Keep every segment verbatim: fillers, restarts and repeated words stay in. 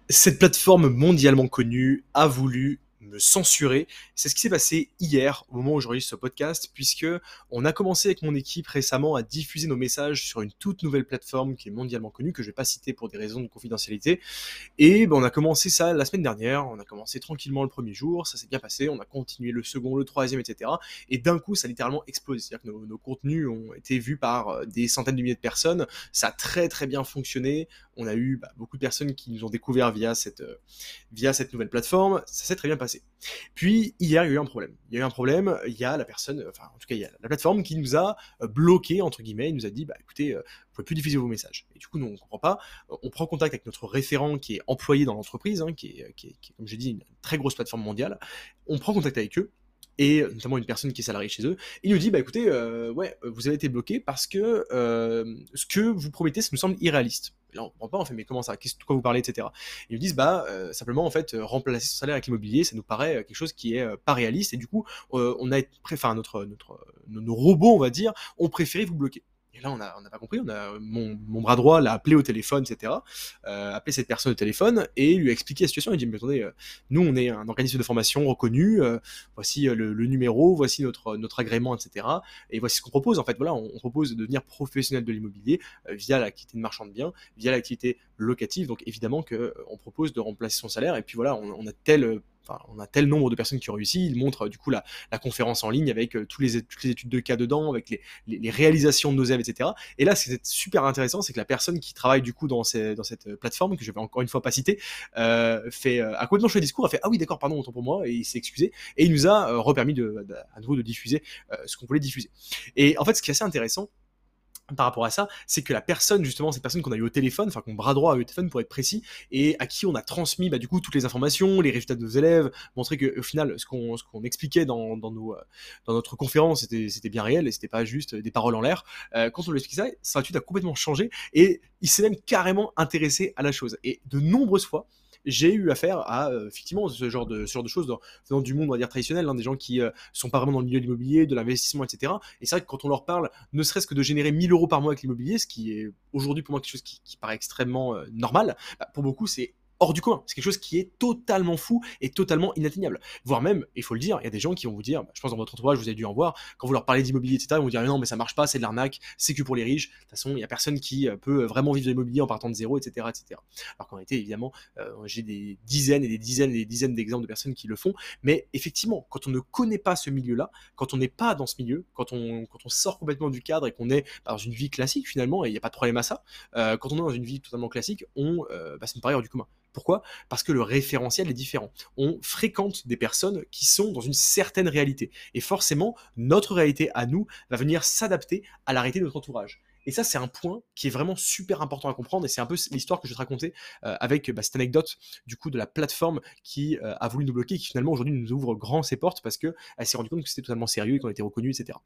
Cette plateforme mondialement connue a voulu me censurer. C'est ce qui s'est passé hier, au moment où j'enregistre ce podcast, puisque on a commencé avec mon équipe récemment à diffuser nos messages sur une toute nouvelle plateforme qui est mondialement connue, que je vais pas citer pour des raisons de confidentialité. Et ben, on a commencé ça la semaine dernière, on a commencé tranquillement le premier jour, ça s'est bien passé, on a continué le second, le troisième, et cetera. Et d'un coup, ça a littéralement explosé. C'est-à-dire que nos, nos contenus ont été vus par euh, des centaines de milliers de personnes, ça a très très bien fonctionné, on a eu bah, beaucoup de personnes qui nous ont découvert via cette, euh, via cette nouvelle plateforme, ça s'est très bien passé. Puis hier, il y a eu un problème. Il y a eu un problème, il y a la personne, enfin en tout cas il y a la plateforme qui nous a euh, bloqué, entre guillemets, il nous a dit, bah écoutez, euh, vous pouvez plus diffuser vos messages. Et du coup, nous on comprend pas, on prend contact avec notre référent qui est employé dans l'entreprise, hein, qui, est, qui, est, qui est, comme je dis, une très grosse plateforme mondiale, on prend contact avec eux, et notamment une personne qui est salariée chez eux, il nous dit, bah écoutez, euh, ouais, vous avez été bloqué parce que euh, ce que vous promettez, ça nous semble irréaliste. Et là, on comprend pas, on fait, mais comment ça, qu'est-ce de quoi vous parlez, et cetera. Ils nous disent, bah, euh, simplement, en fait, euh, remplacer son salaire avec l'immobilier, ça nous paraît euh, quelque chose qui est euh, pas réaliste, et du coup, euh, on a, enfin, notre, notre, nos, nos robots, on va dire, ont préféré vous bloquer. Et là, on n'a on a pas compris, on a, mon, mon bras droit l'a appelé au téléphone, et cetera. Euh, appelé cette personne au téléphone et lui a expliqué la situation. Il dit, mais attendez, euh, nous, on est un organisme de formation reconnu, euh, voici euh, le, le numéro, voici notre, notre agrément, et cetera. Et voici ce qu'on propose. En fait, voilà, on, on propose de devenir professionnel de l'immobilier euh, via l'activité de marchand de biens, via l'activité locative. Donc, évidemment qu'on euh, propose de remplacer son salaire. Et puis voilà, on, on a tel... Euh, Enfin, on a tel nombre de personnes qui ont réussi. Il montre euh, du coup la, la conférence en ligne avec euh, tous les, toutes les études de cas dedans, avec les, les, les réalisations de nos élèves, et cetera. Et là, ce qui est super intéressant, c'est que la personne qui travaille du coup dans, ces, dans cette plateforme, que je vais encore une fois pas citer, euh, fait, euh, a complètement changé de discours, a fait ah oui d'accord pardon autant pour moi, et il s'est excusé et il nous a euh, repermis de, de, à nouveau de diffuser euh, ce qu'on voulait diffuser. Et en fait, ce qui est assez intéressant par rapport à ça, c'est que la personne, justement, cette personne qu'on a eu au téléphone, enfin qu'on bras droit a eu au téléphone pour être précis, et à qui on a transmis bah, du coup toutes les informations, les résultats de nos élèves, montrer que au final, ce qu'on, ce qu'on expliquait dans, dans, nos, dans notre conférence, c'était, c'était bien réel et c'était pas juste des paroles en l'air. Euh, quand on lui explique ça, sa attitude a complètement changé et il s'est même carrément intéressé à la chose. Et de nombreuses fois, j'ai eu affaire à euh, effectivement ce genre de ce genre de choses dans, dans du monde on va dire traditionnel, hein, des gens qui euh, sont pas vraiment dans le milieu de l'immobilier, de l'investissement, et cetera. Et c'est vrai que quand on leur parle, ne serait-ce que de générer mille euros par mois avec l'immobilier, ce qui est aujourd'hui pour moi quelque chose qui, qui paraît extrêmement euh, normal, bah, pour beaucoup c'est hors du commun. C'est quelque chose qui est totalement fou et totalement inatteignable. Voire même, il faut le dire, il y a des gens qui vont vous dire, bah, je pense dans votre entourage, vous avez dû en voir, quand vous leur parlez d'immobilier, et cetera, ils vont vous dire, non, mais ça marche pas, c'est de l'arnaque, c'est que pour les riches. De toute façon, il n'y a personne qui peut vraiment vivre de l'immobilier en partant de zéro, et cetera, et cetera. Alors qu'en réalité, évidemment, euh, j'ai des dizaines et des dizaines et des dizaines d'exemples de personnes qui le font. Mais effectivement, quand on ne connaît pas ce milieu-là, quand on n'est pas dans ce milieu, quand on, quand on sort complètement du cadre et qu'on est bah, dans une vie classique finalement, et il n'y a pas de problème à ça, euh, quand on est dans une vie totalement classique, on, euh, bah, ça me paraît hors du commun. Pourquoi ? Parce que le référentiel est différent. On fréquente des personnes qui sont dans une certaine réalité. Et forcément, notre réalité à nous va venir s'adapter à la réalité de notre entourage. Et ça, c'est un point qui est vraiment super important à comprendre. Et c'est un peu l'histoire que je vais te raconter euh, avec bah, cette anecdote du coup de la plateforme qui euh, a voulu nous bloquer et qui finalement aujourd'hui nous ouvre grand ses portes parce qu'elle s'est rendue compte que c'était totalement sérieux et qu'on était reconnu, et cetera.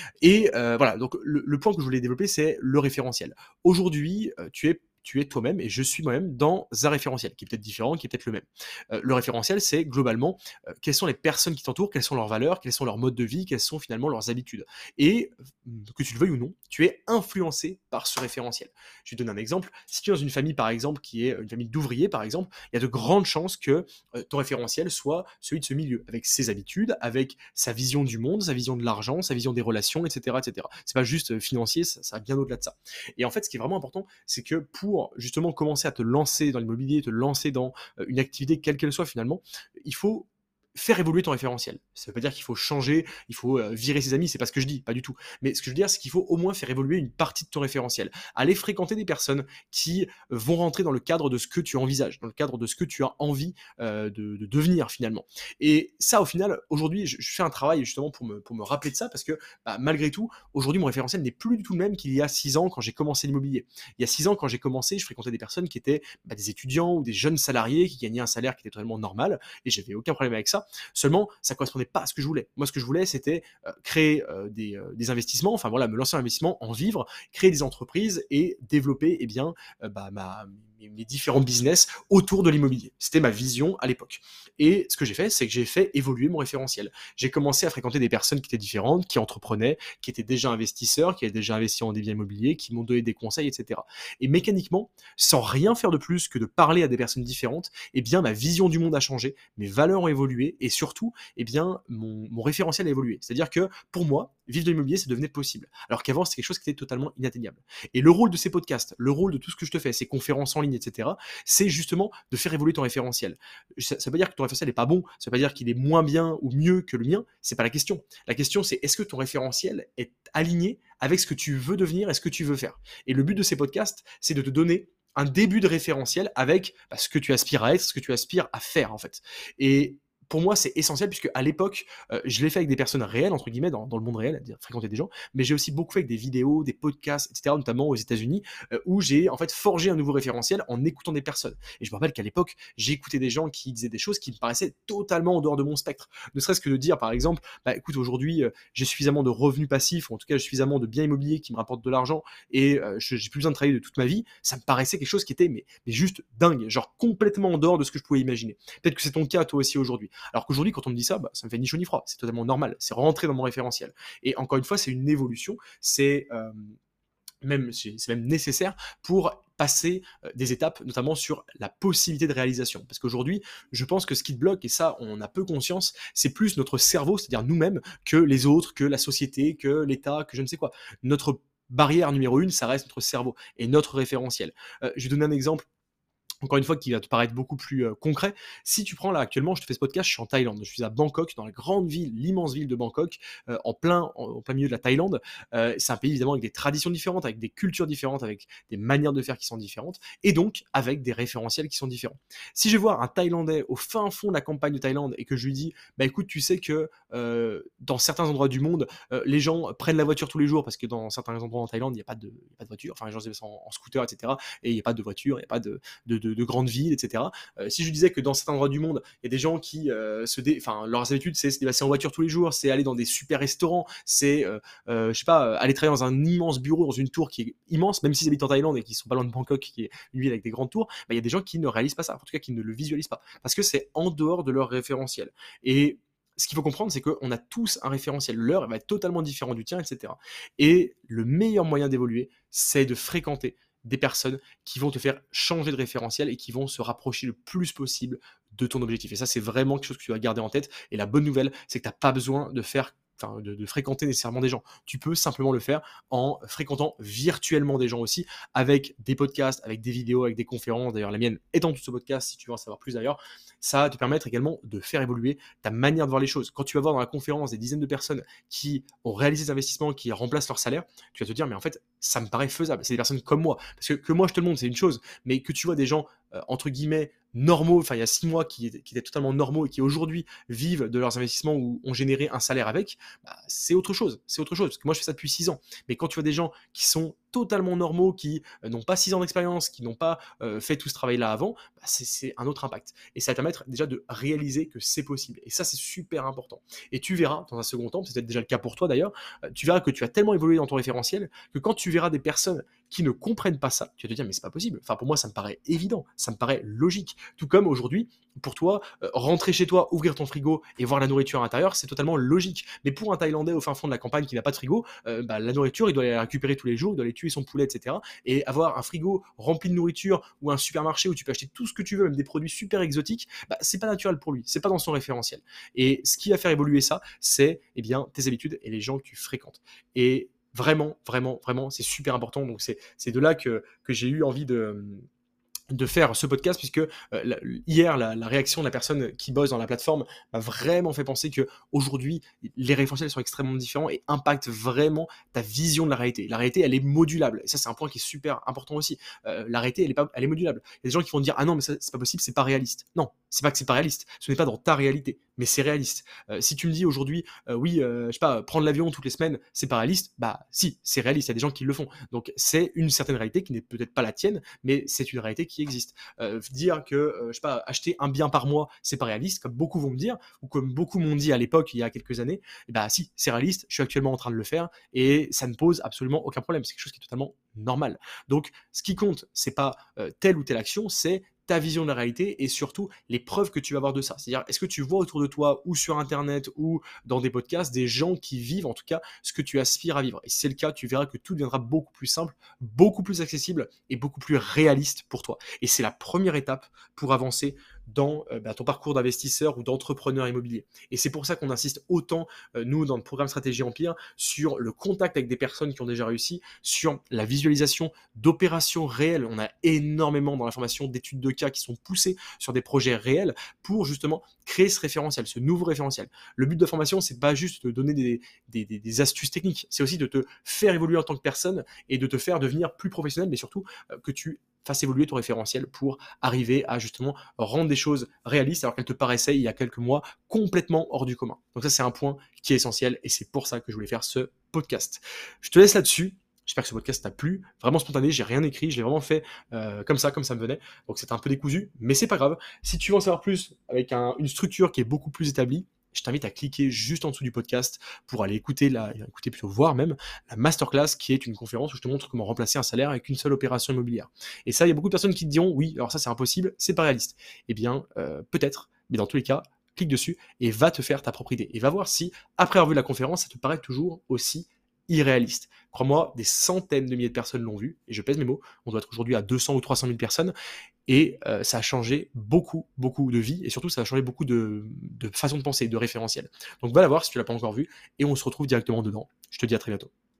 Et euh, voilà, donc le, le point que je voulais développer, c'est le référentiel. Aujourd'hui, euh, tu es tu es toi-même et je suis moi-même dans un référentiel qui est peut-être différent, qui est peut-être le même. Euh, le référentiel, c'est globalement euh, quelles sont les personnes qui t'entourent, quelles sont leurs valeurs, quels sont leurs modes de vie, quelles sont finalement leurs habitudes. Et que tu le veuilles ou non, tu es influencé par ce référentiel. Je vais te donner un exemple. Si tu es dans une famille, par exemple, qui est une famille d'ouvriers, par exemple, il y a de grandes chances que euh, ton référentiel soit celui de ce milieu, avec ses habitudes, avec sa vision du monde, sa vision de l'argent, sa vision des relations, et cetera, et cetera. C'est pas juste financier, ça, ça va bien au-delà de ça. Et en fait, ce qui est vraiment important, c'est que pour justement commencer à te lancer dans l'immobilier, te lancer dans une activité quelle qu'elle soit finalement, il faut faire évoluer ton référentiel. Ça veut pas dire qu'il faut changer, il faut euh, virer ses amis, c'est pas ce que je dis, pas du tout. Mais ce que je veux dire, c'est qu'il faut au moins faire évoluer une partie de ton référentiel. Aller fréquenter des personnes qui vont rentrer dans le cadre de ce que tu envisages, dans le cadre de ce que tu as envie euh, de, de devenir finalement. Et ça, au final, aujourd'hui, je, je fais un travail justement pour me, pour me rappeler de ça, parce que bah, malgré tout, aujourd'hui, mon référentiel n'est plus du tout le même qu'il y a six ans quand j'ai commencé l'immobilier. Il y a six ans, quand j'ai commencé, je fréquentais des personnes qui étaient bah, des étudiants ou des jeunes salariés qui gagnaient un salaire qui était totalement normal, et j'avais aucun problème avec ça. Seulement, ça correspondait pas à ce que je voulais. Moi, ce que je voulais, c'était euh, créer euh, des, euh, des investissements, enfin voilà, me lancer un investissement, en vivre, créer des entreprises et développer, eh bien, euh, bah, ma, mes, mes différents business autour de l'immobilier. C'était ma vision à l'époque. Et ce que j'ai fait, c'est que j'ai fait évoluer mon référentiel. J'ai commencé à fréquenter des personnes qui étaient différentes, qui entreprenaient, qui étaient déjà investisseurs, qui avaient déjà investi en des biens immobiliers, qui m'ont donné des conseils, et cetera. Et mécaniquement, sans rien faire de plus que de parler à des personnes différentes, eh bien, ma vision du monde a changé, mes valeurs ont évolué, et surtout, eh bien, mon, mon référentiel a évolué. C'est-à-dire que, pour moi, vivre de l'immobilier, ça devenait possible. Alors qu'avant, c'était quelque chose qui était totalement inatteignable. Et le rôle de ces podcasts, le rôle de tout ce que je te fais, ces conférences en ligne, et cetera, c'est justement de faire évoluer ton référentiel. Ça ne veut pas dire que ton référentiel n'est pas bon, ça ne veut pas dire qu'il est moins bien ou mieux que le mien, c'est pas la question. La question, c'est est-ce que ton référentiel est aligné avec ce que tu veux devenir et ce que tu veux faire. Et le but de ces podcasts, c'est de te donner un début de référentiel avec bah, ce que tu aspires à être, ce que tu aspires à faire en fait. Et pour moi, c'est essentiel puisque à l'époque, euh, je l'ai fait avec des personnes réelles, entre guillemets, dans, dans le monde réel, à dire fréquenter des gens, mais j'ai aussi beaucoup fait avec des vidéos, des podcasts, et cetera, notamment aux États-Unis, euh, où j'ai en fait forgé un nouveau référentiel en écoutant des personnes. Et je me rappelle qu'à l'époque, j'écoutais des gens qui disaient des choses qui me paraissaient totalement en dehors de mon spectre. Ne serait-ce que de dire, par exemple, bah écoute, aujourd'hui, euh, j'ai suffisamment de revenus passifs, ou en tout cas, j'ai suffisamment de biens immobiliers qui me rapportent de l'argent, et euh, je, j'ai plus besoin de travailler de toute ma vie. Ça me paraissait quelque chose qui était mais, mais juste dingue, genre complètement en dehors de ce que je pouvais imaginer. Peut-être que c'est ton cas toi aussi aujourd'hui. Alors qu'aujourd'hui, quand on me dit ça, bah, ça me fait ni chaud ni froid. C'est totalement normal. C'est rentrer dans mon référentiel. Et encore une fois, c'est une évolution. C'est euh, même, c'est c'est même nécessaire pour passer euh, des étapes, notamment sur la possibilité de réalisation. Parce qu'aujourd'hui, je pense que ce qui te bloque, et ça, on a peu conscience, c'est plus notre cerveau, c'est-à-dire nous-mêmes, que les autres, que la société, que l'État, que je ne sais quoi. Notre barrière numéro une, ça reste notre cerveau et notre référentiel. Euh, je vais donner un exemple encore une fois, qui va te paraître beaucoup plus euh, concret. Si tu prends là actuellement, je te fais ce podcast, je suis en Thaïlande, je suis à Bangkok, dans la grande ville, l'immense ville de Bangkok, euh, en plein, en, en plein milieu de la Thaïlande. Euh, c'est un pays évidemment avec des traditions différentes, avec des cultures différentes, avec des manières de faire qui sont différentes, et donc avec des référentiels qui sont différents. Si je vais voir un Thaïlandais au fin fond de la campagne de Thaïlande et que je lui dis, bah écoute, tu sais que euh, dans certains endroits du monde, euh, les gens prennent la voiture tous les jours parce que dans certains endroits en Thaïlande, il n'y a pas de, il y a pas de voiture, enfin les gens se déplacent en, en scooter, et cetera. Et il n'y a pas de voiture, il n'y a pas de, de, de de grandes villes, et cetera. Euh, si je disais que dans certains endroits du monde, il y a des gens qui euh, se dé... enfin, leurs habitudes, c'est se déplacer en voiture tous les jours, c'est aller dans des super restaurants, c'est, euh, euh, je sais pas, aller travailler dans un immense bureau, dans une tour qui est immense, même s'ils habitent en Thaïlande et qu'ils sont pas loin de Bangkok, qui est une ville avec des grandes tours, bah, il y a des gens qui ne réalisent pas ça, en tout cas qui ne le visualisent pas, parce que c'est en dehors de leur référentiel. Et ce qu'il faut comprendre, c'est qu'on a tous un référentiel. Leur va être totalement différent du tien, et cetera. Et le meilleur moyen d'évoluer, c'est de fréquenter des personnes qui vont te faire changer de référentiel et qui vont se rapprocher le plus possible de ton objectif. Et ça, c'est vraiment quelque chose que tu dois garder en tête. Et la bonne nouvelle, c'est que tu n'as pas besoin de faire Enfin, de, de fréquenter nécessairement des gens. Tu peux simplement le faire en fréquentant virtuellement des gens aussi, avec des podcasts, avec des vidéos, avec des conférences. D'ailleurs, la mienne est en tout ce podcast, si tu veux en savoir plus d'ailleurs. Ça va te permettre également de faire évoluer ta manière de voir les choses. Quand tu vas voir dans la conférence des dizaines de personnes qui ont réalisé des investissements, qui remplacent leur salaire, tu vas te dire, mais en fait, ça me paraît faisable. C'est des personnes comme moi. Parce que, que moi, je te le montre, c'est une chose. Mais que tu vois des gens, euh, entre guillemets, normaux, enfin il y a six mois qui, qui étaient totalement normaux et qui aujourd'hui vivent de leurs investissements ou ont généré un salaire avec, bah, c'est autre chose, c'est autre chose, parce que moi je fais ça depuis six ans, mais quand tu vois des gens qui sont totalement normaux, qui euh, n'ont pas six ans d'expérience, qui n'ont pas euh, fait tout ce travail-là avant, bah, c'est, c'est un autre impact, et ça va te permettre déjà de réaliser que c'est possible, et ça c'est super important, et tu verras dans un second temps, c'est peut-être déjà le cas pour toi d'ailleurs, euh, tu verras que tu as tellement évolué dans ton référentiel, que quand tu verras des personnes qui ne comprennent pas ça, tu vas te dire mais c'est pas possible, enfin pour moi ça me paraît évident, ça me paraît logique, tout comme aujourd'hui, pour toi, euh, rentrer chez toi, ouvrir ton frigo et voir la nourriture à l'intérieur, c'est totalement logique. Mais pour un Thaïlandais au fin fond de la campagne qui n'a pas de frigo, euh, bah, la nourriture, il doit la récupérer tous les jours, il doit aller tuer son poulet, et cetera. Et avoir un frigo rempli de nourriture ou un supermarché où tu peux acheter tout ce que tu veux, même des produits super exotiques, bah, c'est pas naturel pour lui, c'est pas dans son référentiel. Et ce qui va faire évoluer ça, c'est eh bien, tes habitudes et les gens que tu fréquentes. Et vraiment, vraiment, vraiment, c'est super important. Donc c'est, c'est de là que, que j'ai eu envie de de faire ce podcast, puisque euh, la, hier la, la réaction de la personne qui bosse dans la plateforme m'a vraiment fait penser que aujourd'hui les référentiels sont extrêmement différents et impactent vraiment ta vision de la réalité. La réalité, elle est modulable, et ça c'est un point qui est super important aussi. Euh, la réalité, elle est, pas, elle est modulable. Il y a des gens qui vont dire ah non mais ça, c'est pas possible, c'est pas réaliste. Non, c'est pas que c'est pas réaliste, ce n'est pas dans ta réalité, mais c'est réaliste. Euh, si tu me dis aujourd'hui, euh, oui, euh, je sais pas, prendre l'avion toutes les semaines, c'est pas réaliste, bah si, c'est réaliste, il y a des gens qui le font. Donc c'est une certaine réalité qui n'est peut-être pas la tienne, mais c'est une réalité qui existe. Euh, dire que, euh, je sais pas, acheter un bien par mois, c'est pas réaliste, comme beaucoup vont me dire, ou comme beaucoup m'ont dit à l'époque, il y a quelques années, et bah si, c'est réaliste, je suis actuellement en train de le faire, et ça ne pose absolument aucun problème, c'est quelque chose qui est totalement normal. Donc ce qui compte, c'est pas euh, telle ou telle action, c'est ta vision de la réalité et surtout les preuves que tu vas avoir de ça. C'est-à-dire, est-ce que tu vois autour de toi ou sur Internet ou dans des podcasts des gens qui vivent en tout cas ce que tu aspires à vivre. Et si c'est le cas, tu verras que tout deviendra beaucoup plus simple, beaucoup plus accessible et beaucoup plus réaliste pour toi. Et c'est la première étape pour avancer dans euh, bah, ton parcours d'investisseur ou d'entrepreneur immobilier. Et c'est pour ça qu'on insiste autant, euh, nous, dans le programme Stratégie Empire, sur le contact avec des personnes qui ont déjà réussi, sur la visualisation d'opérations réelles. On a énormément dans la formation d'études de cas qui sont poussées sur des projets réels pour justement créer ce référentiel, ce nouveau référentiel. Le but de la formation, c'est pas juste de donner des, des, des, des astuces techniques, c'est aussi de te faire évoluer en tant que personne et de te faire devenir plus professionnel, mais surtout euh, que tu fasses évoluer ton référentiel pour arriver à justement rendre des choses réalistes alors qu'elles te paraissaient il y a quelques mois complètement hors du commun. Donc ça, c'est un point qui est essentiel et c'est pour ça que je voulais faire ce podcast. Je te laisse là-dessus. J'espère que ce podcast t'a plu, vraiment spontané, j'ai rien écrit, je l'ai vraiment fait euh, comme ça, comme ça me venait. Donc c'est un peu décousu, mais c'est pas grave. Si tu veux en savoir plus avec un, une structure qui est beaucoup plus établie, je t'invite à cliquer juste en dessous du podcast pour aller écouter, la, écouter plutôt voir même la masterclass qui est une conférence où je te montre comment remplacer un salaire avec une seule opération immobilière. Et ça, il y a beaucoup de personnes qui te diront oui, alors ça c'est impossible, c'est pas réaliste. Eh bien, euh, peut-être, mais dans tous les cas, clique dessus et va te faire ta propre idée. Et va voir si, après avoir vu la conférence, ça te paraît toujours aussi irréaliste. Crois-moi, des centaines de milliers de personnes l'ont vu, et je pèse mes mots, on doit être aujourd'hui à deux cents ou trois cent mille personnes, et euh, ça a changé beaucoup, beaucoup de vies, et surtout ça a changé beaucoup de, de façon de penser, de référentiel. Donc va la voir si tu l'as pas encore vu, et on se retrouve directement dedans. Je te dis à très bientôt.